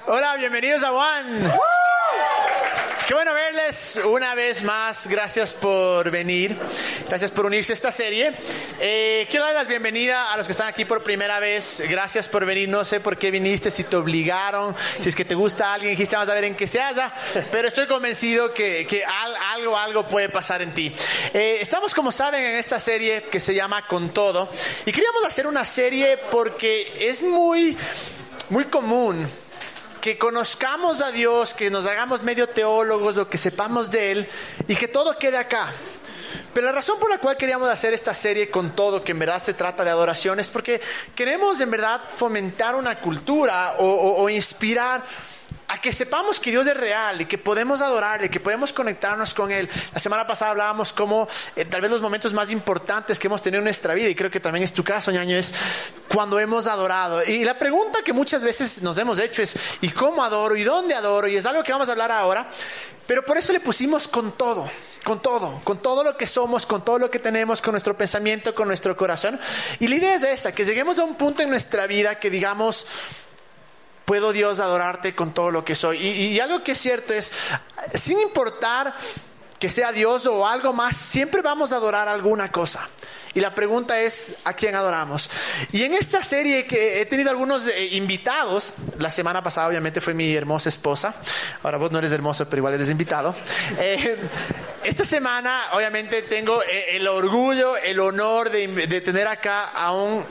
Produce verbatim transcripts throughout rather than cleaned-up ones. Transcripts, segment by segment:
Hola, bienvenidos a One. Qué bueno verles una vez más. Gracias por venir. Gracias por unirse a esta serie. Eh, quiero dar la bienvenida a los que están aquí por primera vez. Gracias por venir. No sé por qué viniste, si te obligaron, si es que te gusta alguien, dijiste vamos a ver en qué se halla. Pero estoy convencido que, que al, algo, algo puede pasar en ti. Eh, estamos, como saben, en esta serie que se llama Con Todo. Y queríamos hacer una serie porque es muy, muy común que conozcamos a Dios, que nos hagamos medio teólogos o que sepamos de Él y que todo quede acá. Pero la razón por la cual queríamos hacer esta serie Con Todo, que en verdad se trata de adoración, es porque queremos en verdad fomentar una cultura o, o, o inspirar a que sepamos que Dios es real y que podemos adorarle, que podemos conectarnos con Él. La semana pasada hablábamos como eh, tal vez los momentos más importantes que hemos tenido en nuestra vida, y creo que también es tu caso, Ñaño, es cuando hemos adorado. Y la pregunta que muchas veces nos hemos hecho es ¿y cómo adoro? ¿Y dónde adoro? Y es algo que vamos a hablar ahora, pero por eso le pusimos con todo, con todo, con todo lo que somos, con todo lo que tenemos, con nuestro pensamiento, con nuestro corazón. Y la idea es esa, que lleguemos a un punto en nuestra vida que digamos: puedo, Dios, adorarte con todo lo que soy. Y, y algo que es cierto es, sin importar que sea Dios o algo más, siempre vamos a adorar alguna cosa. Y la pregunta es, ¿a quién adoramos? Y en esta serie que he tenido algunos eh, invitados. La semana pasada obviamente fue mi hermosa esposa. Ahora vos no eres hermoso, pero igual eres invitado. Eh, esta semana obviamente tengo eh, el orgullo, el honor de, de tener acá a un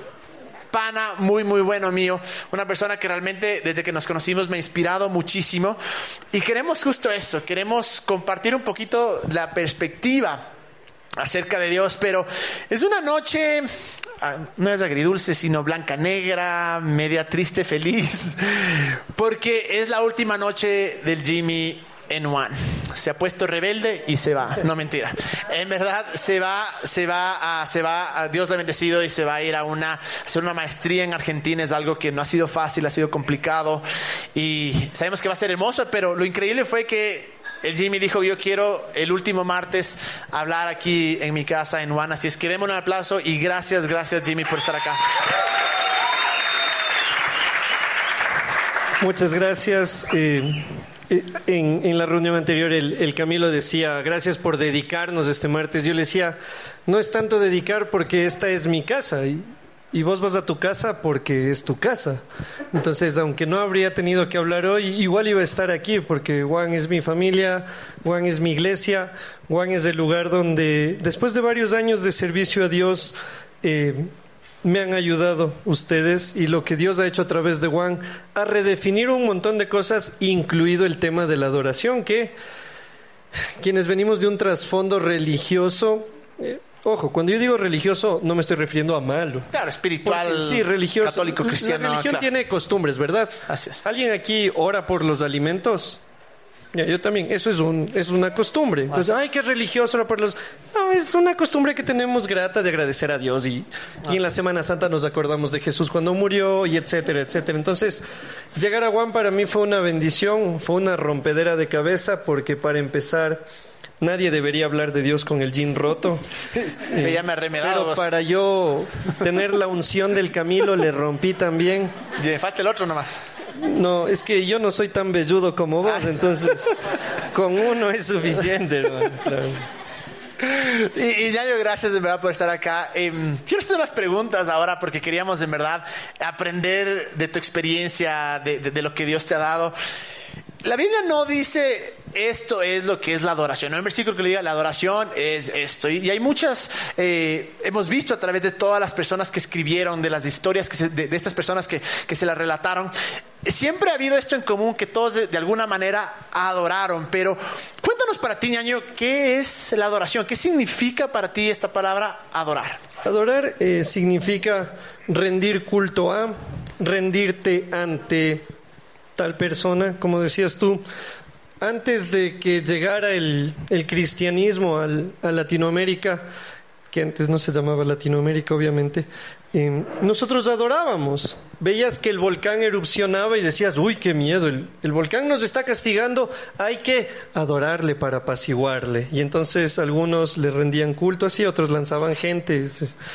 pana muy muy bueno mío, una persona que realmente desde que nos conocimos me ha inspirado muchísimo, y queremos justo eso, queremos compartir un poquito la perspectiva acerca de Dios. Pero es una noche, no es agridulce, sino blanca negra, media triste, feliz, porque es la última noche del Jimmy en One. Se ha puesto rebelde y se va. No, mentira. En verdad se va, se va a, se va a, Dios le ha bendecido y se va a ir a una, a hacer una maestría en Argentina. Es algo que no ha sido fácil, ha sido complicado y sabemos que va a ser hermoso, pero lo increíble fue que el Jimmy dijo: yo quiero el último martes hablar aquí en mi casa en One. Así es que démosle un aplauso y gracias, gracias Jimmy por estar acá. Muchas gracias. Eh... En, en la reunión anterior el, el Camilo decía: gracias por dedicarnos este martes. Yo le decía: no es tanto dedicar, porque esta es mi casa y, y vos vas a tu casa porque es tu casa. Entonces, aunque no habría tenido que hablar hoy, igual iba a estar aquí, porque Juan es mi familia, Juan es mi iglesia, Juan es el lugar donde, después de varios años de servicio a Dios, eh, me han ayudado ustedes, y lo que Dios ha hecho a través de Juan a redefinir un montón de cosas, incluido el tema de la adoración, que quienes venimos de un trasfondo religioso, eh, ojo, cuando yo digo religioso no me estoy refiriendo a malo. Claro, espiritual, porque, sí, religioso, católico, cristiano. La religión claro. tiene costumbres, ¿verdad? Así es. ¿Alguien aquí ora por los alimentos? Ya, yo también. Eso es un es una costumbre. Entonces, ay, qué religioso ora por los... No, es una costumbre que tenemos grata de agradecer a Dios, y, y en la Semana Santa nos acordamos de Jesús cuando murió, y etcétera, etcétera. Entonces, llegar a Juan para mí fue una bendición, fue una rompedera de cabeza, porque para empezar, nadie debería hablar de Dios con el jean roto. eh, ya me arremedado. Pero vos. Para yo tener la unción del Camilo, le rompí también. Y me falta el otro nomás. No, es que yo no soy tan velludo como vos, entonces con uno es suficiente, hermano. Claro. Y, y ya yo gracias de verdad por estar acá. Eh, quiero hacer unas preguntas ahora, porque queríamos en verdad aprender de tu experiencia, de, de, de lo que Dios te ha dado. La Biblia no dice esto es lo que es la adoración. No hay un versículo que le diga la adoración es esto. Y, y hay muchas, eh, hemos visto a través de todas las personas que escribieron, de las historias que se, de, de estas personas que, que se las relataron, siempre ha habido esto en común, que todos de, de alguna manera adoraron. Pero cuéntanos para ti, Ñaño, ¿qué es la adoración? ¿Qué significa para ti esta palabra adorar? Adorar eh, significa rendir culto a, rendirte ante tal persona, como decías tú. Antes de que llegara el, el cristianismo al, a Latinoamérica, que antes no se llamaba Latinoamérica, obviamente, eh, nosotros adorábamos. Veías que el volcán erupcionaba y decías: uy, qué miedo, el, el volcán nos está castigando, hay que adorarle para apaciguarle. Y entonces algunos le rendían culto así, otros lanzaban gente. Es, es,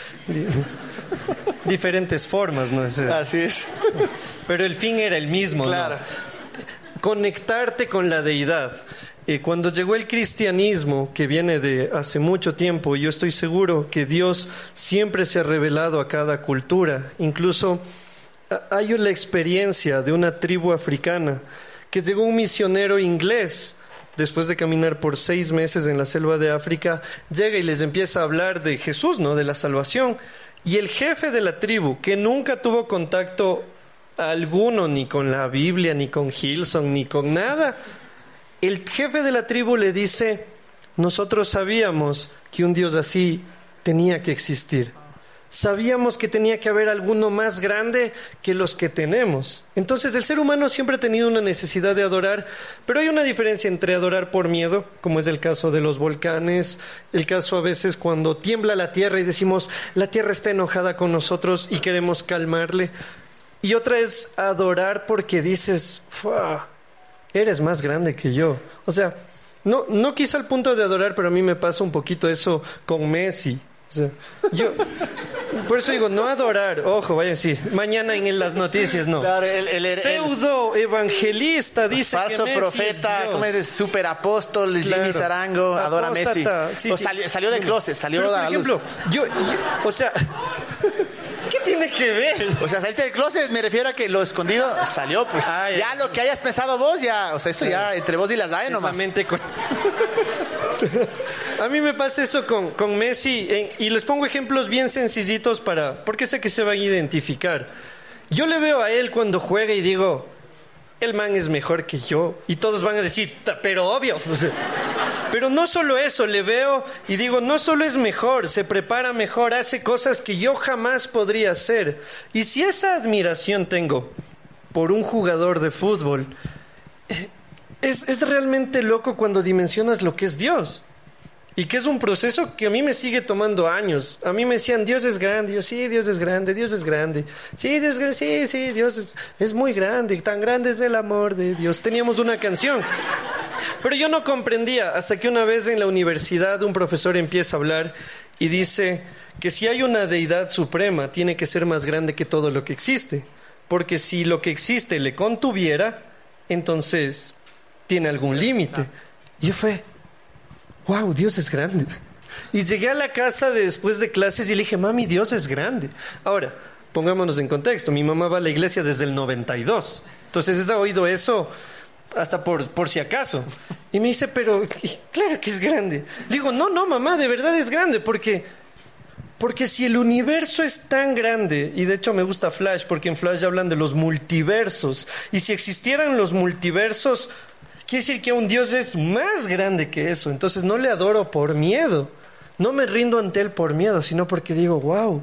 diferentes formas, ¿no? Así es. Pero el fin era el mismo, claro. ¿no? conectarte con la deidad. Eh, cuando llegó el cristianismo, que viene de hace mucho tiempo, y yo estoy seguro que Dios siempre se ha revelado a cada cultura. Incluso hay la experiencia de una tribu africana que llegó un misionero inglés. Después de caminar por seis meses en la selva de África, llega y les empieza a hablar de Jesús, ¿no? De la salvación. Y el jefe de la tribu, que nunca tuvo contacto alguno ni con la Biblia, ni con Hillsong, ni con nada, el jefe de la tribu le dice: nosotros sabíamos que un Dios así tenía que existir. Sabíamos que tenía que haber alguno más grande que los que tenemos. Entonces el ser humano siempre ha tenido una necesidad de adorar, pero hay una diferencia entre adorar por miedo, como es el caso de los volcanes, el caso a veces cuando tiembla la tierra y decimos: la tierra está enojada con nosotros y queremos calmarle. Y otra es adorar porque dices: eres más grande que yo. O sea, no, no quizá al punto de adorar, pero a mí me pasa un poquito eso con Messi. O sea, yo, por eso digo, no adorar, ojo, vayan sí, mañana en las noticias no. Claro, el, el, el, pseudo evangelista dice falso que Messi profeta, es ¿cómo es? Super apóstol, Claro. Jimmy Zarango, adora a Messi. Sí, o sí. Salió, salió del closet, salió Pero, a por la ejemplo, luz. yo, yo, o sea, ¿qué tiene que ver? O sea, saliste del closet, me refiero a que lo escondido salió, pues. Ah, ya. ya lo que hayas pensado vos, ya, o sea, eso ya entre vos y las aves nomás. Mente con... A mí me pasa eso con, con Messi en, y les pongo ejemplos bien sencillitos para, porque sé que se van a identificar. Yo le veo a él cuando juega y digo: el man es mejor que yo, y todos van a decir: pero obvio. O sea, pero no solo eso, le veo y digo: no solo es mejor, se prepara mejor, hace cosas que yo jamás podría hacer. Y si esa admiración tengo por un jugador de fútbol, Es, es realmente loco cuando dimensionas lo que es Dios. Y que es un proceso que a mí me sigue tomando años. A mí me decían: Dios es grande. Yo: sí, Dios es grande, Dios es grande. Sí, Dios es grande, sí, sí, Dios es, es muy grande. Tan grande es el amor de Dios. Teníamos una canción. Pero yo no comprendía hasta que una vez en la universidad un profesor empieza a hablar y dice que si hay una deidad suprema, tiene que ser más grande que todo lo que existe. Porque si lo que existe le contuviera, entonces tiene algún límite. Y yo fue: wow, Dios es grande. Y llegué a la casa de, después de clases y le dije: mami, Dios es grande. Ahora, pongámonos en contexto. Mi mamá va a la iglesia desde el noventa y dos. Entonces, ha oído eso hasta por, por si acaso. Y me dice: pero claro que es grande. Le digo: no, no, mamá, de verdad es grande. Porque, porque si el universo es tan grande, y de hecho me gusta Flash, porque en Flash hablan de los multiversos. Y si existieran los multiversos, quiere decir que un Dios es más grande que eso. Entonces no le adoro por miedo. No me rindo ante Él por miedo, sino porque digo: wow,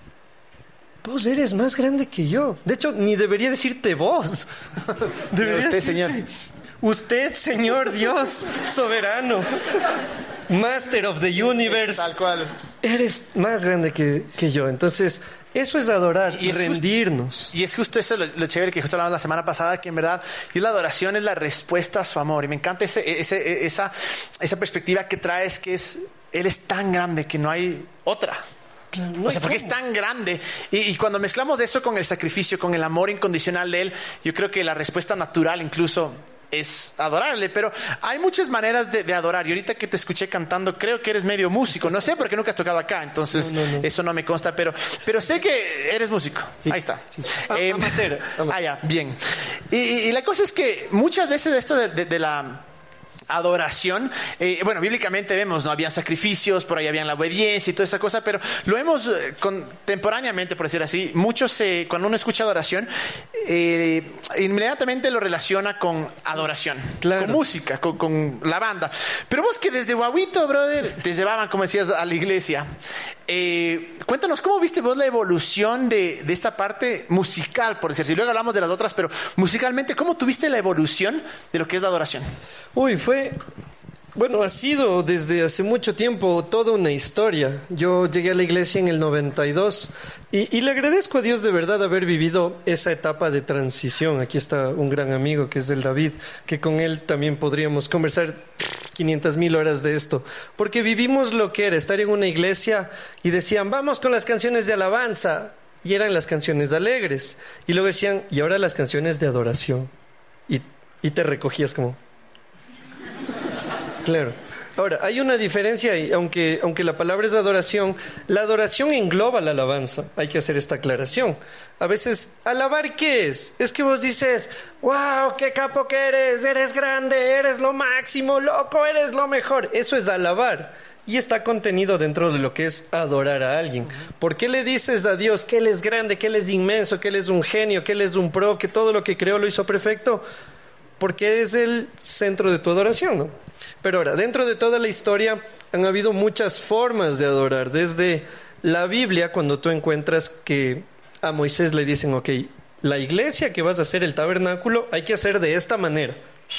vos eres más grande que yo. De hecho, ni debería decirte vos. Debería usted, decirte, señor. Usted, Señor Dios soberano, Master of the Universe. Tal cual. Eres más grande que, que yo. Entonces, eso es adorar y es rendirnos. Just, y es justo eso lo, lo chévere que justo hablamos la semana pasada, que en verdad y la adoración es la respuesta a su amor. Y me encanta ese, ese, esa, esa perspectiva que traes, que es: Él es tan grande que no hay otra. Claro, no o sea, porque es tan grande. Y, y cuando mezclamos eso con el sacrificio, con el amor incondicional de Él, yo creo que la respuesta natural incluso es adorarle. Pero hay muchas maneras de, de adorar. Y ahorita que te escuché cantando, creo que eres medio músico. No sé, porque nunca has tocado acá, entonces no, no, no. eso no me consta, pero, pero sé que eres músico. Sí, ahí está. Sí. Eh, Amateur, amateur. Ah, ya, bien. Y, y, y la cosa es que muchas veces esto de, de, de la adoración, eh, bueno, bíblicamente vemos, no habían sacrificios, por ahí habían la obediencia y toda esa cosa, pero lo vemos eh, contemporáneamente, por decir así. Muchos, eh, cuando uno escucha adoración, eh, inmediatamente lo relaciona con adoración, claro, con música, con, con la banda. Pero vos, que desde guaguito, brother, te llevaban, como decías, a la iglesia, eh, cuéntanos cómo viste vos la evolución de, de esta parte musical, por decir así. Luego hablamos de las otras, pero musicalmente, ¿cómo tuviste la evolución de lo que es la adoración? Uy, fue... Bueno, ha sido desde hace mucho tiempo toda una historia. Yo llegué a la iglesia en el noventa y dos y, y le agradezco a Dios de verdad haber vivido esa etapa de transición. Aquí está un gran amigo que es el David, que con él también podríamos conversar quinientas mil horas de esto. Porque vivimos lo que era estar en una iglesia y decían: vamos con las canciones de alabanza. Y eran las canciones alegres. Y luego decían: y ahora las canciones de adoración. Y y te recogías como... Claro. Ahora, hay una diferencia y aunque, aunque la palabra es adoración, la adoración engloba la alabanza. Hay que hacer esta aclaración. A veces, ¿alabar qué es? Es que vos dices, wow, qué capo que eres, eres grande, eres lo máximo, loco, eres lo mejor. Eso es alabar. Y está contenido dentro de lo que es adorar a alguien. ¿Por qué le dices a Dios que Él es grande, que Él es inmenso, que Él es un genio, que Él es un pro, que todo lo que creó lo hizo perfecto? Porque es el centro de tu adoración, ¿no? Pero ahora, dentro de toda la historia han habido muchas formas de adorar. Desde la Biblia, cuando tú encuentras que a Moisés le dicen, ok, la iglesia que vas a hacer, el tabernáculo, hay que hacer de esta manera.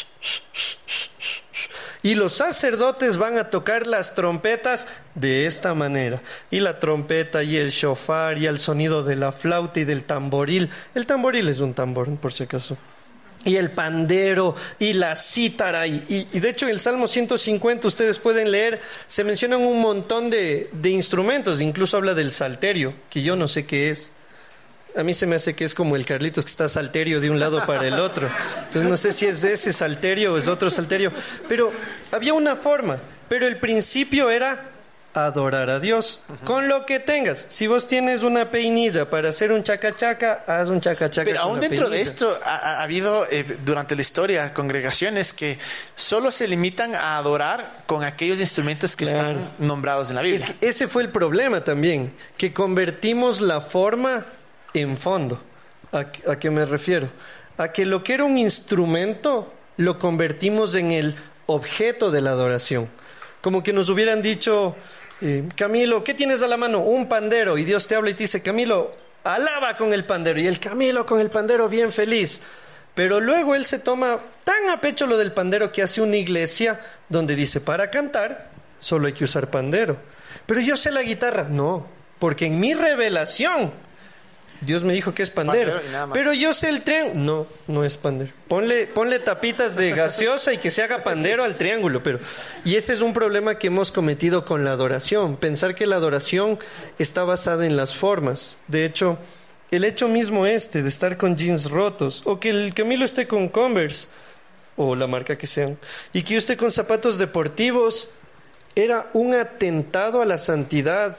Y los sacerdotes van a tocar las trompetas de esta manera. Y la trompeta y el shofar y el sonido de la flauta y del tamboril. El tamboril es un tambor, por si acaso. Y el pandero y la cítara y, y, y de hecho en el Salmo ciento cincuenta ustedes pueden leer, se mencionan un montón de, de instrumentos, incluso habla del salterio, que yo no sé qué es. A mí se me hace que es como el Carlitos que está salterio de un lado para el otro. Entonces no sé si es ese salterio o es otro salterio, pero había una forma, pero el principio era adorar a Dios, uh-huh, con lo que tengas. Si vos tienes una peinilla para hacer un chacachaca, haz un chacachaca. Pero aún dentro peinilla. de esto ha, ha habido eh, durante la historia congregaciones que solo se limitan a adorar con aquellos instrumentos que claro. están nombrados en la Biblia. Es que ese fue el problema también, que convertimos la forma en fondo. ¿A, a qué me refiero? A que lo que era un instrumento lo convertimos en el objeto de la adoración. Como que nos hubieran dicho... Eh, Camilo, ¿qué tienes a la mano? Un pandero. Y Dios te habla y te dice, Camilo, alaba con el pandero. Y el Camilo con el pandero bien feliz. Pero luego él se toma tan a pecho lo del pandero que hace una iglesia donde dice, para cantar solo hay que usar pandero. Pero yo sé la guitarra. No, porque en mi revelación Dios me dijo que es pandero. pandero pero yo sé el triángulo. No, no es pandero. Ponle, ponle tapitas de gaseosa y que se haga pandero al triángulo. Pero y ese es un problema que hemos cometido con la adoración. Pensar que la adoración está basada en las formas. De hecho, el hecho mismo este de estar con jeans rotos, o que el Camilo esté con Converse, o la marca que sean, y que yo esté con zapatos deportivos, era un atentado a la santidad.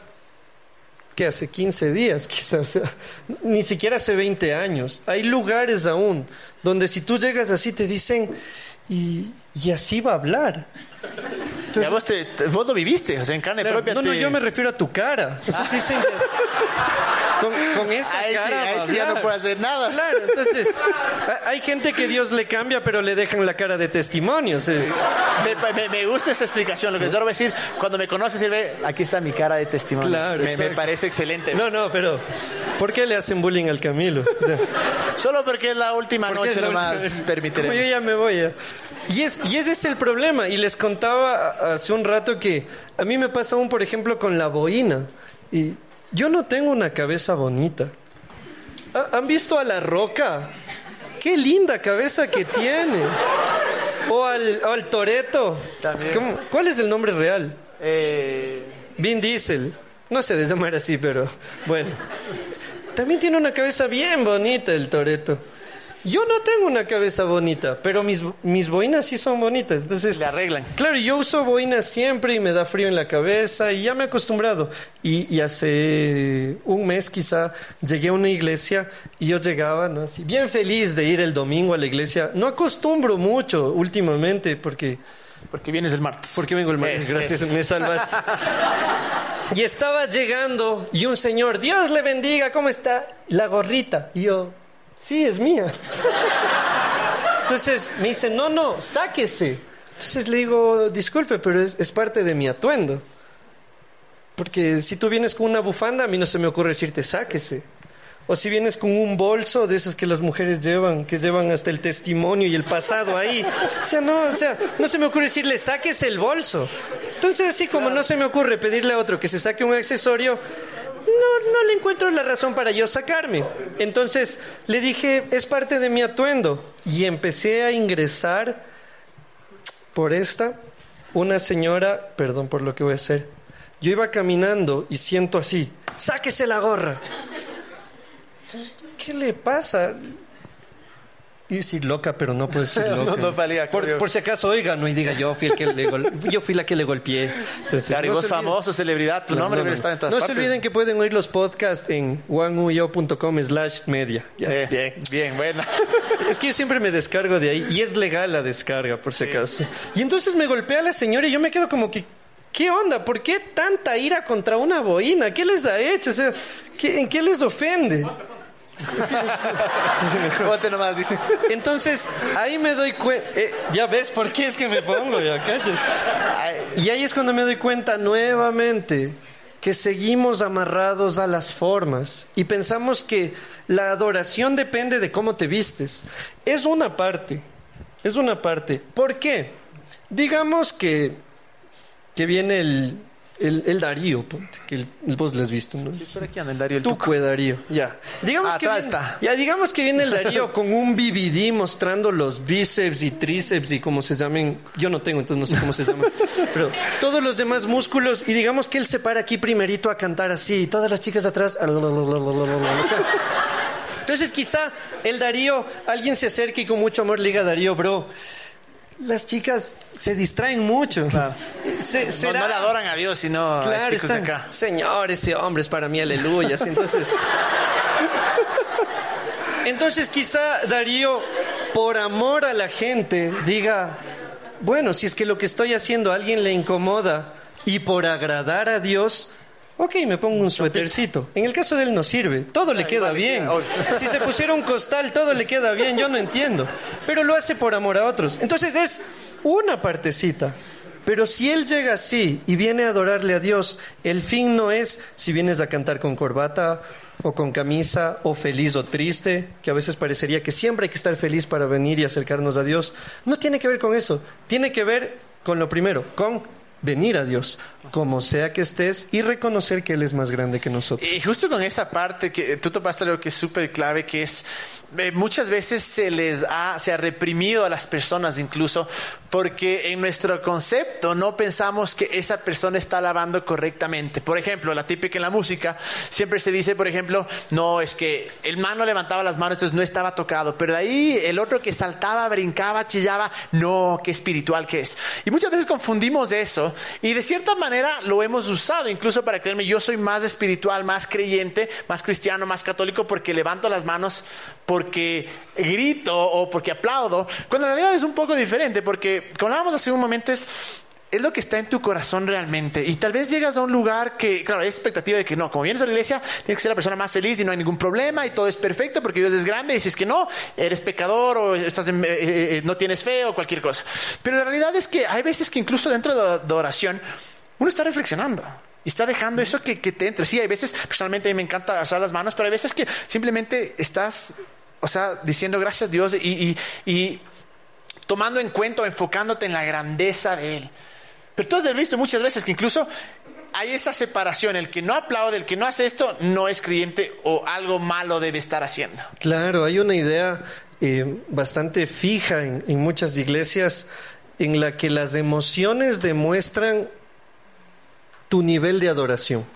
Que hace quince días quizás, o sea, ni siquiera hace veinte años. Hay lugares aún donde si tú llegas así te dicen, y, y así va a hablar. Entonces, ya vos, te, vos lo viviste, o sea, en carne claro, propia. No, te... no, yo me refiero a tu cara. O sea, te dicen que con, con esa ahí cara sí, ahí sí ya no puede hacer nada. Claro, entonces hay gente que Dios le cambia, pero le dejan la cara de testimonios. Es... Me, me, me gusta esa explicación. Lo que te voy a decir, cuando me conoces, sirve, aquí está mi cara de testimonio. Claro, me, me parece excelente. No, no, pero ¿por qué le hacen bullying al Camilo? O sea, solo porque es la última noche nomás permitiremos. Yo ya me voy. Ya. Y, es, y ese es el problema. Y les contaba hace un rato que a mí me pasa aún, por ejemplo, con la boina. Y yo no tengo una cabeza bonita. ¿Han visto a La Roca? ¡Qué linda cabeza que tiene! O al, o al Toretto. También. ¿Cuál es el nombre real? Eh... Vin Diesel. No sé de llamar así, pero bueno. También tiene una cabeza bien bonita el Toretto. Yo no tengo una cabeza bonita, pero mis, mis boinas sí son bonitas. Entonces, le arreglan. Claro, yo uso boinas siempre y me da frío en la cabeza y ya me he acostumbrado. Y, y hace un mes quizá llegué a una iglesia y yo llegaba, ¿no? Así, bien feliz de ir el domingo a la iglesia. No acostumbro mucho últimamente porque... Porque vienes el martes. Porque vengo el martes, eh, gracias, es. me salvaste. Y estaba llegando y un señor, Dios le bendiga, ¿cómo está? La gorrita. Y yo... Sí, es mía. Entonces me dice, no, no, sáquese. Entonces le digo, disculpe, pero es, es parte de mi atuendo. Porque si tú vienes con una bufanda, a mí no se me ocurre decirte, sáquese. O si vienes con un bolso de esos que las mujeres llevan, que llevan hasta el testimonio y el pasado ahí. O sea, no, o sea, no se me ocurre decirle, sáquese el bolso. Entonces, así como no se me ocurre pedirle a otro que se saque un accesorio... No, no le encuentro la razón para yo sacarme. Entonces le dije, es parte de mi atuendo. Y empecé a ingresar por esta, una señora, perdón por lo que voy a hacer. Yo iba caminando y siento así, sáquese la gorra. ¿Qué le pasa? Y decir loca, pero no puedo decir loca. no, no valía, por, por si acaso, oiga, no, y diga, yo fui el que le gol... yo fui la que le golpeé. Entonces, claro, y no vos famoso, celebridad, tu no, nombre no, debe no. estar en todas no partes. No se olviden que pueden oír los podcasts en juanuyo.com slash media. Eh, bien, bien, buena. Es que yo siempre me descargo de ahí, y es legal la descarga, por si acaso. Y entonces me golpea la señora y yo me quedo como que, ¿qué onda? ¿Por qué tanta ira contra una boina? ¿Qué les ha hecho? O sea, ¿qué, ¿en qué les ofende? Ponte nomás, dice. Entonces, ahí me doy cuenta. Eh, ya ves por qué es que me pongo, ya cachas. Y ahí es cuando me doy cuenta nuevamente que seguimos amarrados a las formas y pensamos que la adoración depende de cómo te vistes. Es una parte, es una parte. ¿Por qué? Digamos que, que viene el. El, el Darío, ponte, que el, el vos lo has visto, ¿no? Sí, por aquí anda el Darío, el Tú tuco. fue Darío, ya. Digamos Ah, que atrás viene, está. ya, digamos que viene el Darío con un B B D mostrando los bíceps y tríceps y como se llamen. Yo no tengo, entonces no sé cómo se llaman. Pero todos los demás músculos y digamos que él se para aquí primerito a cantar así y todas las chicas atrás. O sea, entonces quizá el Darío, alguien se acerque y con mucho amor le diga a Darío, bro, las chicas se distraen mucho. Claro. Se, No, no le adoran a Dios, sino claro, a estos de están, acá. Señor, ese hombre es para mí, aleluya. Entonces, entonces quizá Darío, por amor a la gente, diga, bueno, si es que lo que estoy haciendo a alguien le incomoda y por agradar a Dios, ok, me pongo un suétercito. En el caso de él no sirve, todo le queda bien. Si se pusiera un costal, todo le queda bien, yo no entiendo. Pero lo hace por amor a otros. Entonces es una partecita. Pero si él llega así y viene a adorarle a Dios, el fin no es si vienes a cantar con corbata o con camisa o feliz o triste, que a veces parecería que siempre hay que estar feliz para venir y acercarnos a Dios. No tiene que ver con eso. Tiene que ver con lo primero, con venir a Dios, como sea que estés, y reconocer que Él es más grande que nosotros. Y justo con esa parte que tú topaste algo que es súper clave, que es eh, muchas veces se les ha, se ha reprimido a las personas incluso, porque en nuestro concepto no pensamos que esa persona está alabando correctamente. Por ejemplo, la típica en la música, siempre se dice, por ejemplo, no, es que el mano levantaba las manos, entonces no estaba tocado, pero de ahí el otro que saltaba, brincaba, chillaba, no, qué espiritual que es. Y muchas veces confundimos eso. Y de cierta manera lo hemos usado incluso para creerme, yo soy más espiritual, más creyente, más cristiano, más católico porque levanto las manos, porque grito o porque aplaudo, cuando en realidad es un poco diferente, porque como hablábamos hace un momento es, es lo que está en tu corazón realmente. Y tal vez llegas a un lugar que, claro, hay expectativa de que no, como vienes a la iglesia, tienes que ser la persona más feliz y no hay ningún problema y todo es perfecto porque Dios es grande, y si es que no, eres pecador o estás en, eh, eh, no tienes fe o cualquier cosa. Pero la realidad es que hay veces que incluso dentro de la oración uno está reflexionando y está dejando eso que, que te entre. Sí, hay veces, personalmente a mí me encanta alzar las manos, pero hay veces que simplemente estás, o sea, diciendo gracias a Dios y, y, y tomando en cuenta o enfocándote en la grandeza de Él. Pero tú has visto muchas veces que incluso hay esa separación, el que no aplaude, el que no hace esto, no es creyente o algo malo debe estar haciendo. Claro, hay una idea eh, bastante fija en, en muchas iglesias en la que las emociones demuestran tu nivel de adoración.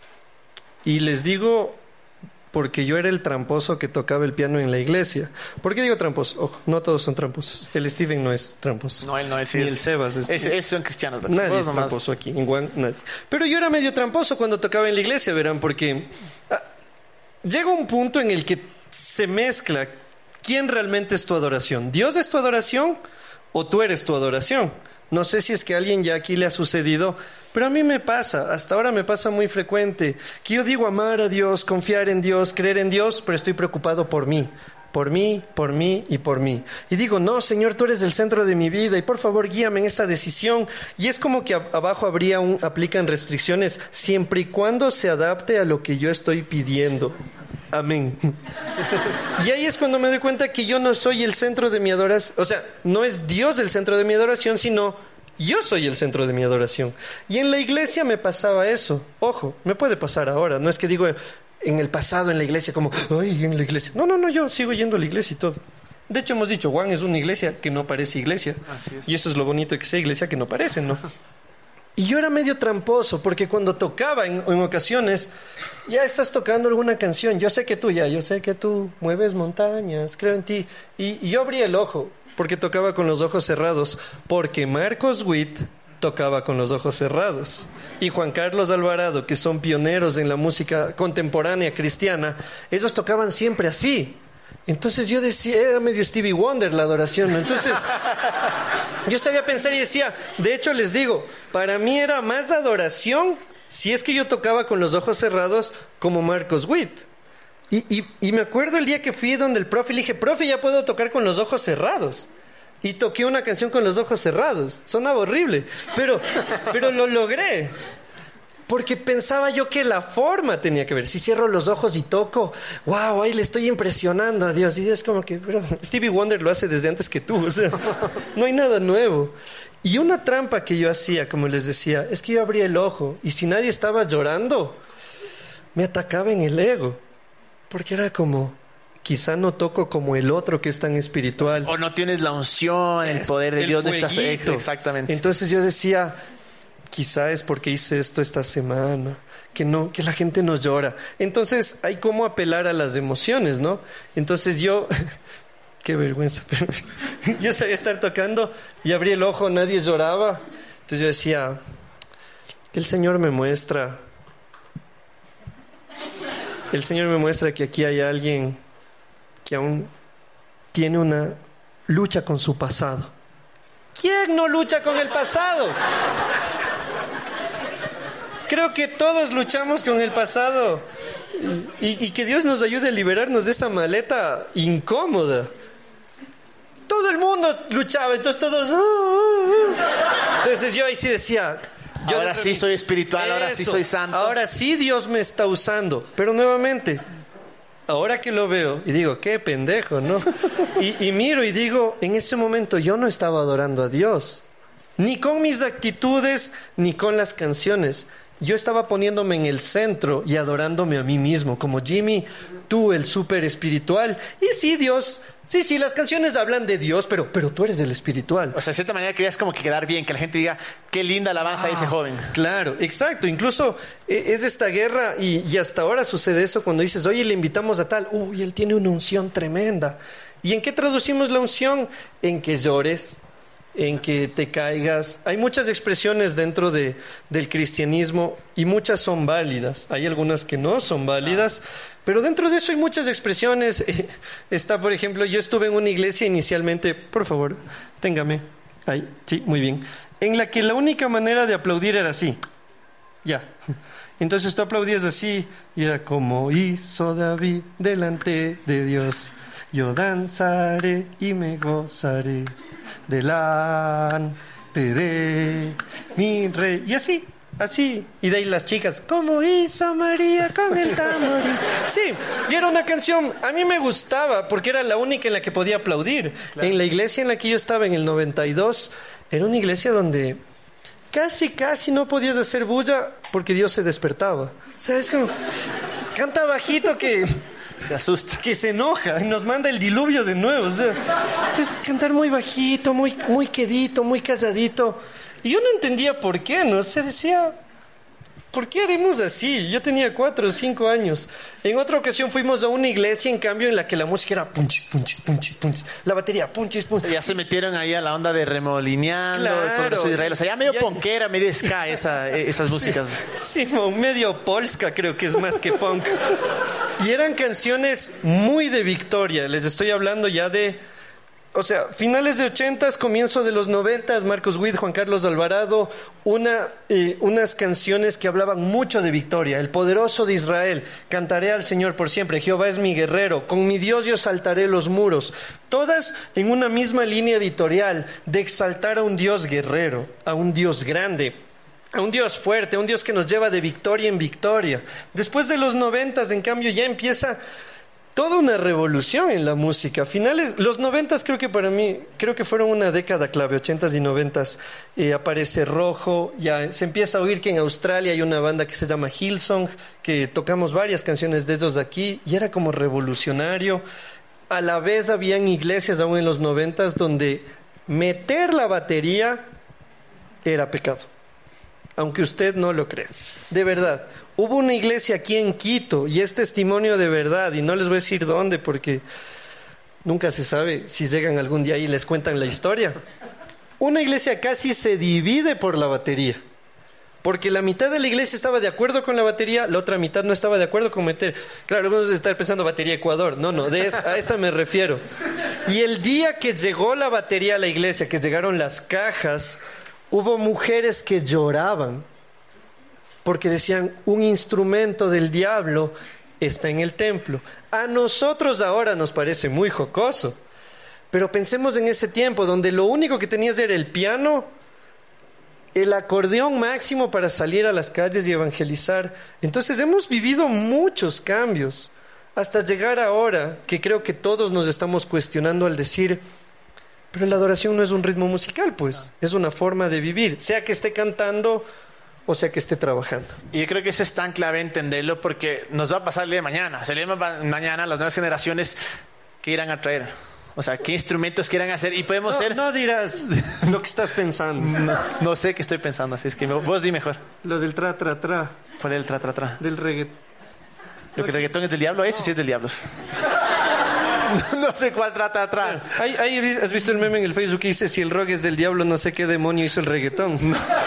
Y les digo, porque yo era el tramposo que tocaba el piano en la iglesia. ¿Por qué digo tramposo? Ojo, no todos son tramposos. El Steven no es tramposo. No, él no es. Ni es, el Sebas. Es, es, es, son cristianos. ¿Verdad? Nadie Vos es nomás. tramposo aquí. En Juan, nadie. Pero yo era medio tramposo cuando tocaba en la iglesia, verán, porque ah, llega un punto en el que se mezcla quién realmente es tu adoración. ¿Dios es tu adoración o tú eres tu adoración? No sé si es que a alguien ya aquí le ha sucedido, pero a mí me pasa, hasta ahora me pasa muy frecuente, que yo digo amar a Dios, confiar en Dios, creer en Dios, pero estoy preocupado por mí, por mí, por mí y por mí. Y digo, no, Señor, tú eres el centro de mi vida y por favor guíame en esa decisión. Y es como que a- abajo habría un, aplican restricciones, siempre y cuando se adapte a lo que yo estoy pidiendo. Amén. Y ahí es cuando me doy cuenta que yo no soy el centro de mi adoración. O sea, no es Dios el centro de mi adoración, sino yo soy el centro de mi adoración. Y en la iglesia me pasaba eso. Ojo, me puede pasar ahora. No es que digo en el pasado en la iglesia como, ay, en la iglesia. No, no, no, yo sigo yendo a la iglesia y todo. De hecho, hemos dicho, Juan es una iglesia que no parece iglesia. Así es. Y eso es lo bonito de que sea iglesia que no parece, ¿no? Y yo era medio tramposo, porque cuando tocaba en, en ocasiones, ya estás tocando alguna canción, yo sé que tú ya, yo sé que tú mueves montañas, creo en ti. Y, y yo abría el ojo, porque tocaba con los ojos cerrados, porque Marcos Witt tocaba con los ojos cerrados. Y Juan Carlos Alvarado, que son pioneros en la música contemporánea cristiana, ellos tocaban siempre así. Entonces yo decía, era medio Stevie Wonder la adoración, ¿no? Entonces yo sabía pensar y decía, de hecho les digo, para mí era más adoración si es que yo tocaba con los ojos cerrados como Marcos Witt. Y, y, y me acuerdo el día que fui donde el profe, le dije, profe, ya puedo tocar con los ojos cerrados. Y toqué una canción con los ojos cerrados. Sonaba horrible, pero, pero lo logré. Porque pensaba yo que la forma tenía que ver. Si cierro los ojos y toco, wow, ahí le estoy impresionando a Dios. Y es como que, bro, Stevie Wonder lo hace desde antes que tú. O sea, no hay nada nuevo. Y una trampa que yo hacía, como les decía, es que yo abría el ojo y si nadie estaba llorando, me atacaba en el ego. Porque era como, quizá no toco como el otro que es tan espiritual. O no tienes la unción, el poder de el Dios. No estás, fueguito. exactamente. Entonces yo decía, quizá es porque hice esto esta semana, que no, que la gente no llora. Entonces hay como apelar a las emociones, ¿no? Entonces yo, qué vergüenza, pero yo sabía estar tocando y abrí el ojo, nadie lloraba. Entonces yo decía, el Señor me muestra, el Señor me muestra que aquí hay alguien que aún tiene una lucha con su pasado. ¿Quién no lucha con el pasado? Creo que todos luchamos con el pasado y, y que Dios nos ayude a liberarnos de esa maleta incómoda. Todo el mundo luchaba, entonces todos... Uh, uh, uh. Entonces yo ahí sí decía... Yo ahora sí soy espiritual, eso, ahora sí soy santo. Ahora sí Dios me está usando. Pero nuevamente, ahora que lo veo y digo, qué pendejo, ¿no? Y, y miro y digo, en ese momento yo no estaba adorando a Dios. Ni con mis actitudes, ni con las canciones. Yo estaba poniéndome en el centro y adorándome a mí mismo, como Jimmy, tú el súper espiritual. Y sí, Dios, sí, sí, las canciones hablan de Dios, pero, pero tú eres el espiritual. O sea, de cierta manera querías como que quedar bien, que la gente diga, qué linda alabanza ah, ese joven. Claro, exacto. Incluso eh, es esta guerra y, y hasta ahora sucede eso cuando dices, oye, le invitamos a tal, uy, él tiene una unción tremenda. ¿Y en qué traducimos la unción? En que llores, en que te caigas. Hay muchas expresiones dentro de, del cristianismo y muchas son válidas. Hay algunas que no son válidas, pero dentro de eso hay muchas expresiones. Está, por ejemplo, yo estuve en una iglesia inicialmente, por favor, téngame. Ahí, sí, muy bien. En la que la única manera de aplaudir era así. Ya. Entonces tú aplaudías así y era como hizo David delante de Dios. Yo danzaré y me gozaré delante de mi rey. Y así, así. Y de ahí las chicas, como hizo María con el tamboril. Sí, y era una canción, a mí me gustaba porque era la única en la que podía aplaudir. Claro. En la iglesia en la que yo estaba en el noventa y dos, era una iglesia donde casi, casi no podías hacer bulla porque Dios se despertaba. O sea, es como, canta bajito que... se asusta. Que se enoja y nos manda el diluvio de nuevo. O sea, entonces cantar muy bajito, muy, muy quedito, muy calladito. Y yo no entendía por qué, ¿no? Se decía, ¿por qué haremos así? Yo tenía cuatro o cinco años. En otra ocasión fuimos a una iglesia, en cambio, en la que la música era punchis, punchis, punchis, punchis. La batería, punchis, punchis. Ya se metieron ahí a la onda de remolineando, claro. de Israel. O sea, ya medio ya... ponquera, medio ska esa, esas músicas. Sí, medio polska creo que es más que punk. Y eran canciones muy de victoria. Les estoy hablando ya de... O sea, finales de ochentas, comienzo de los noventas, Marcos Witt, Juan Carlos Alvarado, una, eh, unas canciones que hablaban mucho de victoria. El poderoso de Israel, cantaré al Señor por siempre, Jehová es mi guerrero, con mi Dios yo saltaré los muros. Todas en una misma línea editorial de exaltar a un Dios guerrero, a un Dios grande, a un Dios fuerte, a un Dios que nos lleva de victoria en victoria. Después de los noventas, en cambio, ya empieza... toda una revolución en la música. Finales, los noventas creo que para mí, creo que fueron una década clave, ochentas y noventas. Eh, aparece Rojo, ya se empieza a oír que en Australia hay una banda que se llama Hillsong, que tocamos varias canciones de esos aquí, y era como revolucionario. A la vez habían iglesias aún en los noventas donde meter la batería era pecado. aunque usted no lo crea. De verdad. Hubo una iglesia aquí en Quito y es testimonio de verdad, y no les voy a decir dónde porque nunca se sabe si llegan algún día y les cuentan la historia. Una iglesia casi se divide por la batería, porque la mitad de la iglesia estaba de acuerdo con la batería, la otra mitad no estaba de acuerdo con meter. Claro, algunos están pensando batería Ecuador. No, no, de esta, a esta me refiero. Y el día que llegó la batería a la iglesia, que llegaron las cajas, hubo mujeres que lloraban porque decían, un instrumento del diablo está en el templo. A nosotros ahora nos parece muy jocoso, pero pensemos en ese tiempo donde lo único que tenías era el piano, el acordeón máximo para salir a las calles y evangelizar. Entonces hemos vivido muchos cambios hasta llegar ahora que creo que todos nos estamos cuestionando al decir, pero la adoración no es un ritmo musical, pues es una forma de vivir, sea que esté cantando o sea que esté trabajando. Y yo creo que eso es tan clave entenderlo porque nos va a pasar el día de mañana. El día de mañana las nuevas generaciones, ¿qué irán a traer? O sea, ¿qué instrumentos quieran hacer? Y podemos no, ser... No dirás lo que estás pensando. No, no sé qué estoy pensando, así es que vos di mejor. Lo del tra, tra, tra. ¿Cuál es el tra, tra, tra? Del reggaetón. ¿Lo que el reggaetón es del diablo? Eso sí es del diablo. No sé cuál tra, tra, tra. ¿Hay, hay, ¿Has visto el meme en el Facebook que dice, si el rock es del diablo, no sé qué demonio hizo el reggaetón?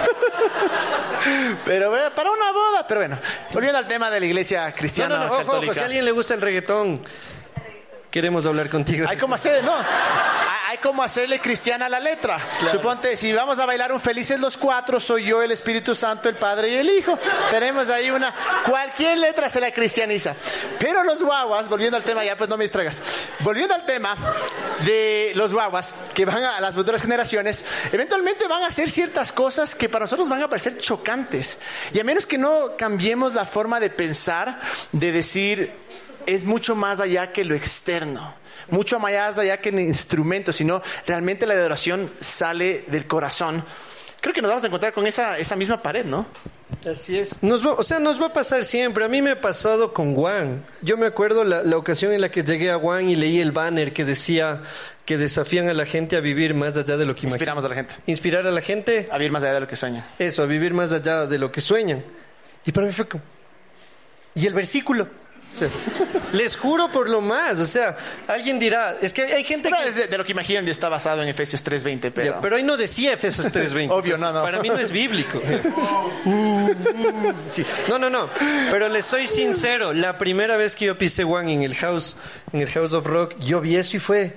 Pero bueno, para una boda. Pero bueno, volviendo al tema de la iglesia cristiana no, no, no, ojo, católica. ojo, si a alguien le gusta el reggaetón, queremos hablar contigo. Hay como hacer, no, hay como hacerle cristiana a la letra. Claro. Suponte, si vamos a bailar un Felices los Cuatro, soy yo, el Espíritu Santo, el Padre y el Hijo. Tenemos ahí una, cualquier letra se la cristianiza. Pero los guaguas, volviendo al tema, ya pues no me distraigas. Volviendo al tema de los guaguas, que van a las futuras generaciones, eventualmente van a hacer ciertas cosas que para nosotros van a parecer chocantes. Y a menos que no cambiemos la forma de pensar, de decir, es mucho más allá que lo externo, mucho más allá que el instrumento, sino realmente la adoración sale del corazón. Creo que nos vamos a encontrar con esa, esa misma pared, ¿no? Así es. Nos va, o sea, nos va a pasar siempre. A mí me ha pasado con Juan. Yo me acuerdo la, la ocasión en la que llegué a Juan y leí el banner que decía que desafían a la gente a vivir más allá de lo que imaginan. Inspiramos a la gente. Inspirar a la gente. A vivir más allá de lo que sueñan. Eso, a vivir más allá de lo que sueñan. Y para mí fue como... ¿Y el versículo? O sea, les juro por lo más, o sea, alguien dirá, es que hay gente pero que... de, de lo que imaginan y está basado en Efesios tres veinte, pero... Ya, pero ahí no decía Efesios tres veinte. Obvio, no, no. Para mí no es bíblico. uh, uh, sí. No, no, no, pero les soy sincero, la primera vez que yo pisé One en el House, en el House of Rock, yo vi eso y fue...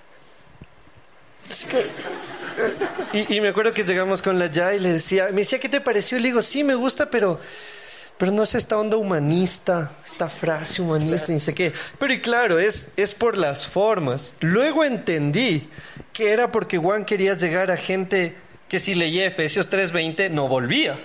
Y, y me acuerdo que llegamos con la Ya y le decía, me decía, ¿qué te pareció? Y le digo, sí, me gusta, pero... Pero no es esta onda humanista, esta frase humanista, ni sé qué. Pero y claro, es, es por las formas. Luego entendí que era porque Juan quería llegar a gente que si leía Efesios tres veinte no volvía.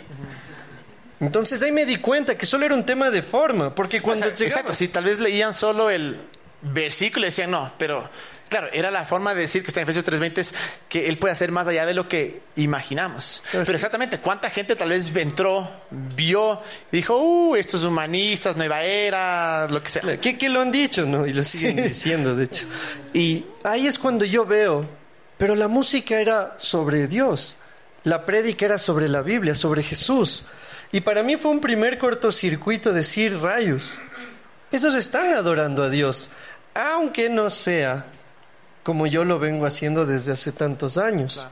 Entonces ahí me di cuenta que solo era un tema de forma. Porque cuando o sea, llegaba... Exacto, si tal vez leían solo el versículo y decían no, pero... Claro, era la forma de decir que está en Efesios tres veinte, es que Él puede hacer más allá de lo que imaginamos. Así Pero exactamente, ¿cuánta gente tal vez entró, vio, y dijo, uh, estos humanistas, nueva era, lo que sea? Claro, que, que lo han dicho, ¿no? Y lo siguen sí. diciendo, de hecho. Y ahí es cuando yo veo, pero la música era sobre Dios, la prédica era sobre la Biblia, sobre Jesús. Y para mí fue un primer cortocircuito decir, rayos, ellos están adorando a Dios, aunque no sea... como yo lo vengo haciendo desde hace tantos años. Claro.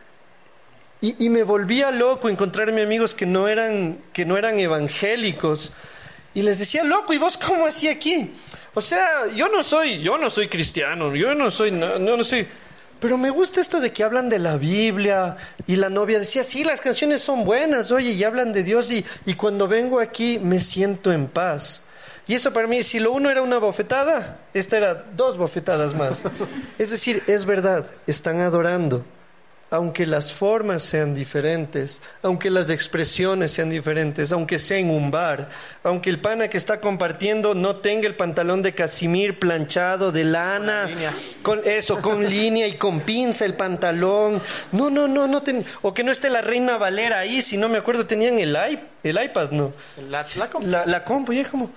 Y, y me volvía loco encontrarme amigos que no eran, que no eran evangélicos. Y les decía, loco, ¿y vos cómo así aquí? O sea, yo no soy, yo no soy cristiano, yo no soy, no, no, no soy... Pero me gusta esto de que hablan de la Biblia. Y la novia decía, sí, las canciones son buenas, oye, y hablan de Dios. Y, y cuando vengo aquí me siento en paz. Y eso para mí, si lo uno era una bofetada, esta era dos bofetadas más. Es decir, es verdad, están adorando, aunque las formas sean diferentes, aunque las expresiones sean diferentes, aunque sea en un bar, aunque el pana que está compartiendo no tenga el pantalón de casimir planchado de lana, con eso, con línea y con pinza el pantalón. No, no, no, no ten... o que no esté la Reina Valera ahí, si no me acuerdo, tenían el, iP... el iPad, ¿no? La, la compu. La, la compu, y es como...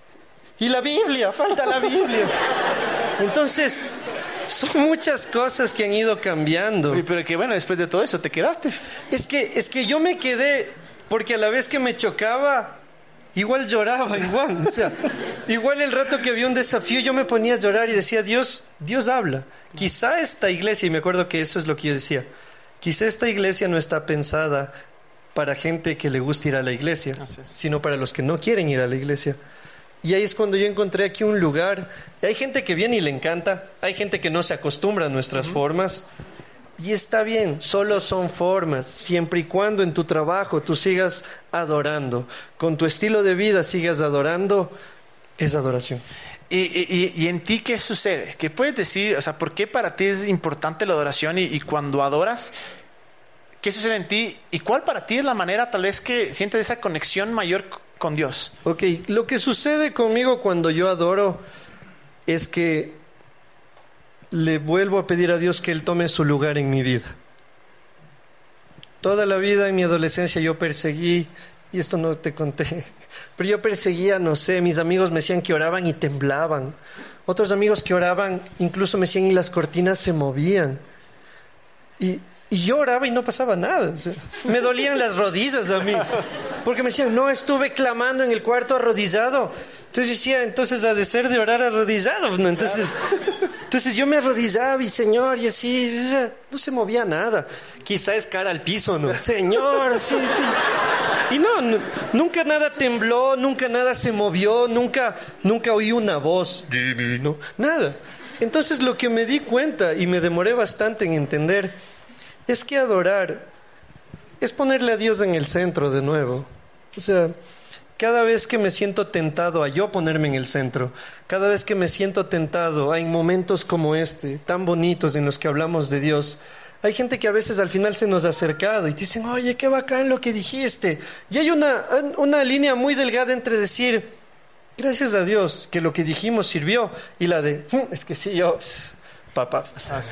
Y la Biblia, falta la Biblia. Entonces, son muchas cosas que han ido cambiando. Uy, pero que bueno, después de todo eso te quedaste. Es que, es que yo me quedé, porque a la vez que me chocaba, igual lloraba, igual. O sea, igual el rato que había un desafío yo me ponía a llorar y decía, Dios, Dios habla. Quizá esta iglesia, y me acuerdo que eso es lo que yo decía, quizá esta iglesia no está pensada para gente que le gusta ir a la iglesia, sino para los que no quieren ir a la iglesia. Y ahí es cuando yo encontré aquí un lugar. Hay gente que viene y le encanta, hay gente que no se acostumbra a nuestras uh-huh. formas. Y está bien, solo son formas, siempre y cuando en tu trabajo tú sigas adorando, con tu estilo de vida sigas adorando, es adoración. ¿Y, y, y en ti qué sucede? ¿Qué puedes decir? O sea, ¿por qué para ti es importante la adoración? Y, y cuando adoras, ¿qué sucede en ti? ¿Y cuál para ti es la manera tal vez que sientes esa conexión mayor con Dios? Ok, lo que sucede conmigo cuando yo adoro es que le vuelvo a pedir a Dios que Él tome su lugar en mi vida. Toda la vida en mi adolescencia yo perseguí, y esto no te conté, pero yo perseguía, no sé, mis amigos me decían que oraban y temblaban. Otros amigos que oraban incluso me decían y las cortinas se movían. Y, y yo oraba y no pasaba nada. O sea, me dolían las rodillas a mí, porque me decían, no, estuve clamando en el cuarto arrodillado. Entonces decía, entonces ha de ser de orar arrodillado, ¿no? Entonces, entonces yo me arrodillaba y Señor, y así, no se movía nada. Quizá es cara al piso, ¿no? Señor, sí, sí. Y no, no, nunca nada tembló, nunca nada se movió, nunca, nunca oí una voz, no, nada. Entonces lo que me di cuenta, y me demoré bastante en entender, es que adorar es ponerle a Dios en el centro de nuevo. O sea, cada vez que me siento tentado a yo ponerme en el centro, cada vez que me siento tentado a en momentos como este, tan bonitos en los que hablamos de Dios, hay gente que a veces al final se nos ha acercado y te dicen, oye, qué bacán lo que dijiste. Y hay una, una línea muy delgada entre decir, gracias a Dios que lo que dijimos sirvió, y la de, es que sí, yo, pss, papá.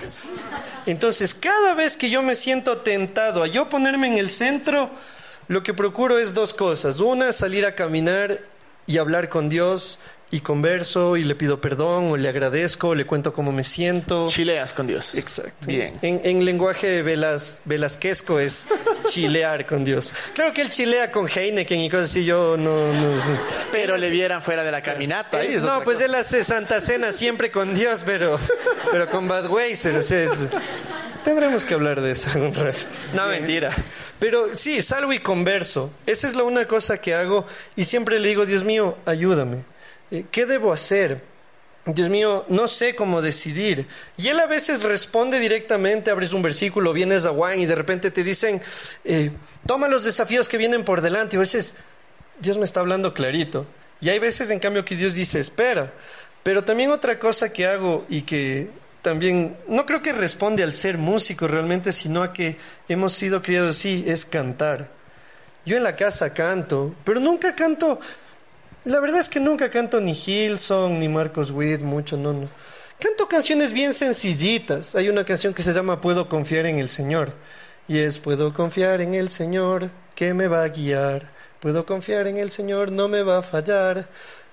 Entonces, cada vez que yo me siento tentado a yo ponerme en el centro, lo que procuro es dos cosas. Una, salir a caminar y hablar con Dios, y converso y le pido perdón, o le agradezco, o le cuento cómo me siento. Chileas con Dios. Exacto. Bien. En, en lenguaje velas, velasquesco es chilear con Dios. Claro que él chilea con Heineken y cosas así, yo no, no sé. Pero le vieran fuera de la caminata. Él, no, pues cosa. Él hace Santa Cena siempre con Dios, pero, pero con Budweiser. O sea, es, tendremos que hablar de eso un rato. No, bien. Mentira. Pero sí, salgo y converso. Esa es la una cosa que hago, y siempre le digo, Dios mío, ayúdame. ¿Qué debo hacer? Dios mío, no sé cómo decidir. Y él a veces responde directamente, abres un versículo, vienes a Juan y de repente te dicen, eh, toma los desafíos que vienen por delante. Y a veces Dios me está hablando clarito. Y hay veces, en cambio, que Dios dice, espera. Pero también otra cosa que hago y que también, no creo que responde al ser músico realmente, sino a que hemos sido criados así, es cantar. Yo en la casa canto, pero nunca canto... La verdad es que nunca canto ni Hillsong, ni Marcos Witt, mucho, no, no. Canto canciones bien sencillitas. Hay una canción que se llama Puedo confiar en el Señor. Y es, puedo confiar en el Señor, que me va a guiar. Puedo confiar en el Señor, no me va a fallar.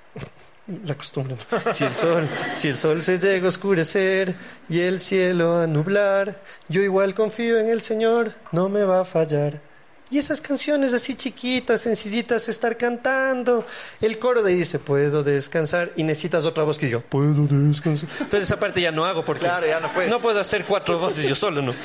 La costumbre, ¿no? Si el sol, si el sol se llega a oscurecer y el cielo a nublar, yo igual confío en el Señor, no me va a fallar. Y esas canciones así chiquitas, sencillitas, estar cantando. El coro de ahí dice, puedo descansar. Y necesitas otra voz que diga, puedo descansar. Entonces esa parte ya no hago porque claro, ya no, puedes. no puedo hacer cuatro voces yo solo, ¿no?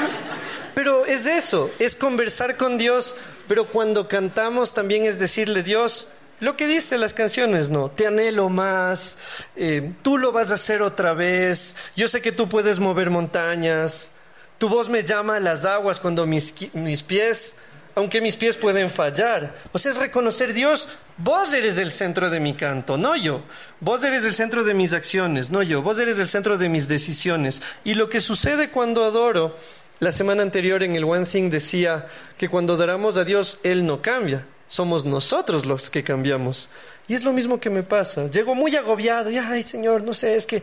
Pero es eso, es conversar con Dios. Pero cuando cantamos también es decirle, Dios, lo que dicen las canciones, ¿no? Te anhelo más, eh, tú lo vas a hacer otra vez. Yo sé que tú puedes mover montañas. Tu voz me llama a las aguas cuando mis, mis pies... aunque mis pies pueden fallar. O sea, es reconocer, Dios, vos eres el centro de mi canto, no yo. Vos eres el centro de mis acciones, no yo. Vos eres el centro de mis decisiones. Y lo que sucede cuando adoro, la semana anterior en el One Thing decía que cuando adoramos a Dios, Él no cambia. Somos nosotros los que cambiamos. Y es lo mismo que me pasa. Llego muy agobiado y, ay, Señor, no sé, es que...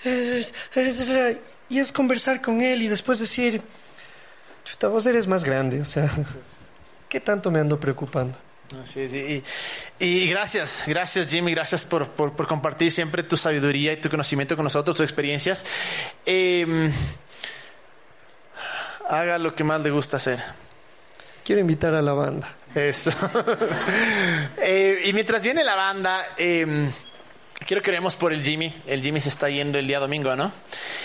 Y es conversar con Él y después decir, chuta, vos eres más grande, o sea... ¿Qué tanto me ando preocupando? Sí, sí. Y, y gracias, gracias Jimmy, gracias por, por, por compartir siempre tu sabiduría y tu conocimiento con nosotros, tus experiencias. Eh, haga lo que más le gusta hacer. Quiero invitar a la banda. Eso. eh, y mientras viene la banda, eh, quiero que oremos por el Jimmy. El Jimmy se está yendo el día domingo, ¿no?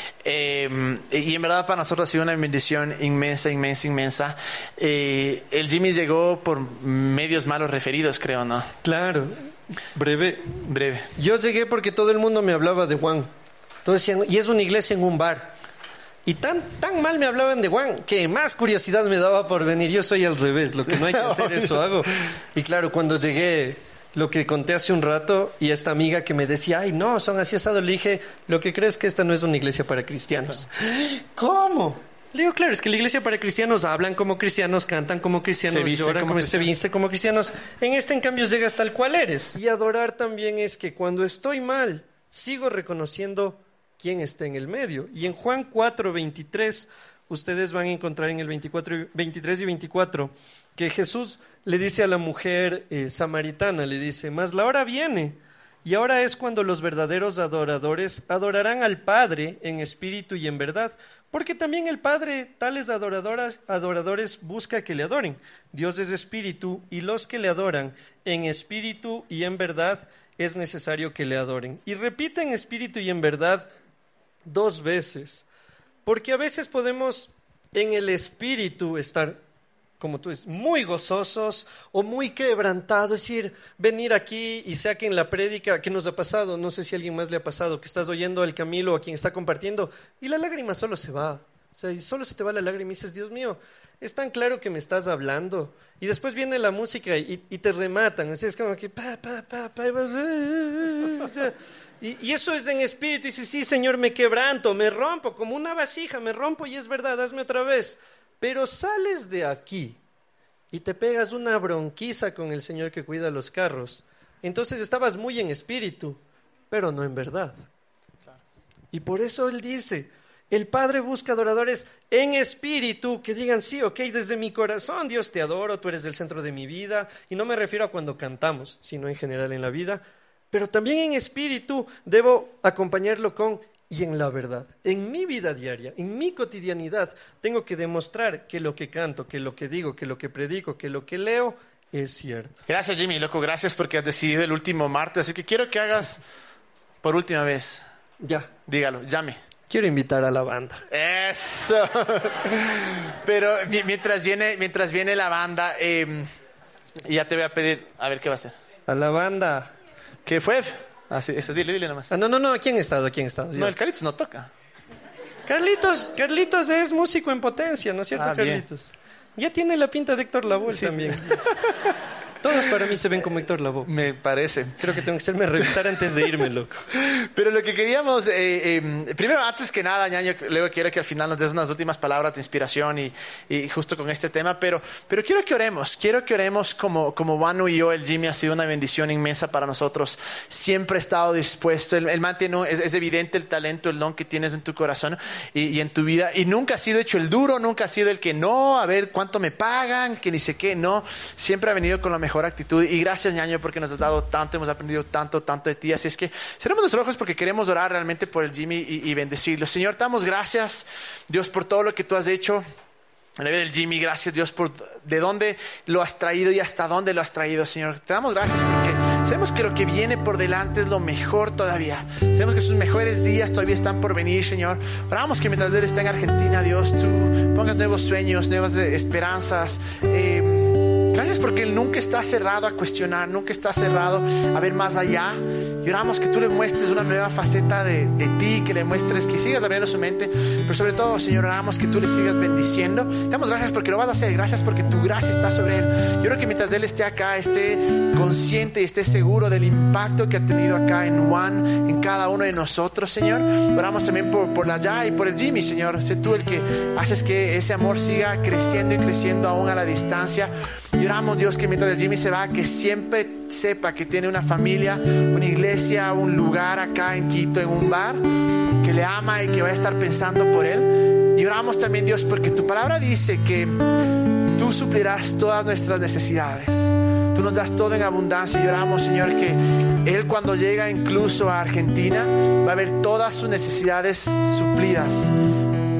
Eh, y en verdad para nosotros ha sido una bendición inmensa, inmensa, inmensa. Eh, el Jimmy llegó por medios malos referidos, creo, ¿no? Claro, breve. Breve. Yo llegué porque todo el mundo me hablaba de Juan. Todos decían, y es una iglesia en un bar. Y tan, tan mal me hablaban de Juan que más curiosidad me daba por venir. Yo soy al revés, lo que no hay que hacer, eso hago. Y claro, cuando llegué, lo que conté hace un rato, y esta amiga que me decía, ay, no, son así asados, le dije, lo que creo es que esta no es una iglesia para cristianos. ¿Cómo? Le digo, claro, es que la iglesia para cristianos hablan como cristianos, cantan como cristianos, se lloran como, como se viste como cristianos. En este, en cambio, llegas tal cual eres. Y adorar también es que cuando estoy mal, sigo reconociendo quién está en el medio. Y en Juan cuatro, veintitrés, ustedes van a encontrar en el veinticuatro, veintitrés y veinticuatro, que Jesús le dice a la mujer eh, samaritana, le dice, mas la hora viene, y ahora es cuando los verdaderos adoradores adorarán al Padre en espíritu y en verdad, porque también el Padre tales adoradoras, adoradores busca que le adoren. Dios es espíritu, y los que le adoran en espíritu y en verdad es necesario que le adoren. Y repite en espíritu y en verdad dos veces, porque a veces podemos en el espíritu estar, como tú dices, muy gozosos o muy quebrantados, es decir, venir aquí y sea que en la prédica, que nos ha pasado, no sé si a alguien más le ha pasado, que estás oyendo al Camilo o a quien está compartiendo y la lágrima solo se va, o sea, y solo se te va la lágrima y dices, Dios mío, es tan claro que me estás hablando. Y después viene la música y, y te rematan, así es como que pa, pa, pa, pa, y, vas, o sea, y, y eso es en espíritu, y dices, sí, Señor, me quebranto, me rompo, como una vasija, me rompo y es verdad, hazme otra vez. Pero sales de aquí y te pegas una bronquiza con el Señor que cuida los carros. Entonces estabas muy en espíritu, pero no en verdad. Claro. Y por eso Él dice, el Padre busca adoradores en espíritu que digan, sí, ok, desde mi corazón, Dios, te adoro, tú eres el centro de mi vida. Y no me refiero a cuando cantamos, sino en general en la vida. Pero también en espíritu debo acompañarlo con y en la verdad. En mi vida diaria, en mi cotidianidad, tengo que demostrar que lo que canto, que lo que digo, que lo que predico, que lo que leo es cierto. Gracias, Jimmy, loco, gracias porque has decidido el último martes. Así que quiero que hagas por última vez. Ya. Dígalo, llame. Quiero invitar a la banda. Eso. Pero mientras viene, mientras viene la banda, eh, ya te voy a pedir, a ver qué va a hacer. A la banda. ¿Qué fue? Ah, sí, eso, dile, dile nomás. Ah, no, no, no, ¿quién ha estado? ¿Quién ha estado? No, el Carlitos no toca. Carlitos, Carlitos es músico en potencia, ¿no es cierto, ah, Carlitos? Bien. Ya tiene la pinta de Héctor Lavoe sí. También. Todos para mí se ven como Héctor Lavoe. Me parece. Creo que tengo que hacerme revisar antes de irme, loco. Pero lo que queríamos, eh, eh, primero, antes que nada, Ñaño, luego quiero que al final nos des unas últimas palabras de inspiración y, y justo con este tema, pero, pero quiero que oremos, quiero que oremos como, como Manu y yo, el Jimmy ha sido una bendición inmensa para nosotros, siempre ha estado dispuesto, el, el man tiene, es, es evidente el talento, el don que tienes en tu corazón y, y en tu vida, y nunca ha sido hecho el duro, nunca ha sido el que no, a ver cuánto me pagan, que ni sé qué, no, siempre ha venido con la mejor actitud. Y gracias, Ñaño, porque nos has dado tanto, hemos aprendido tanto, tanto de ti. Así es que cerramos nuestros ojos porque queremos orar realmente por el Jimmy y, y bendecirlo. Señor, te damos gracias, Dios, por todo lo que tú has hecho en la vida del Jimmy. Gracias, Dios, por de dónde lo has traído y hasta dónde lo has traído, Señor. Te damos gracias porque sabemos que lo que viene por delante es lo mejor todavía. Sabemos que sus mejores días todavía están por venir, Señor. Oramos que mientras Él está en Argentina, Dios, tú pongas nuevos sueños, nuevas esperanzas. Eh, Gracias porque Él nunca está cerrado a cuestionar, nunca está cerrado a ver más allá. Y oramos que tú le muestres una nueva faceta de, de ti, que le muestres, que sigas abriendo su mente. Pero sobre todo, Señor, oramos que tú le sigas bendiciendo. Te damos gracias porque lo vas a hacer. Gracias porque tu gracia está sobre Él. Yo creo que mientras Él esté acá, esté consciente y esté seguro del impacto que ha tenido acá en Juan, en cada uno de nosotros, Señor. Oramos también por, por la Ya y por el Jimmy, Señor. Sé tú el que haces que ese amor siga creciendo y creciendo aún a la distancia. Y oramos, Dios, que mientras el Jimmy se va, que siempre sepa que tiene una familia, una iglesia, un lugar acá en Quito, en un bar, que le ama y que va a estar pensando por él. Y oramos también, Dios, porque tu palabra dice que tú suplirás todas nuestras necesidades. Tú nos das todo en abundancia. Y oramos, Señor, que Él cuando llega incluso a Argentina va a ver todas sus necesidades suplidas. Que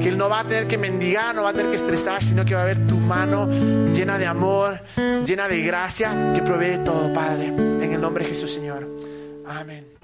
que él no va a tener que mendigar, no va a tener que estresar, sino que va a ver tu mano llena de amor, llena de gracia, que provee todo, Padre. En el nombre de Jesús, Señor. Amén.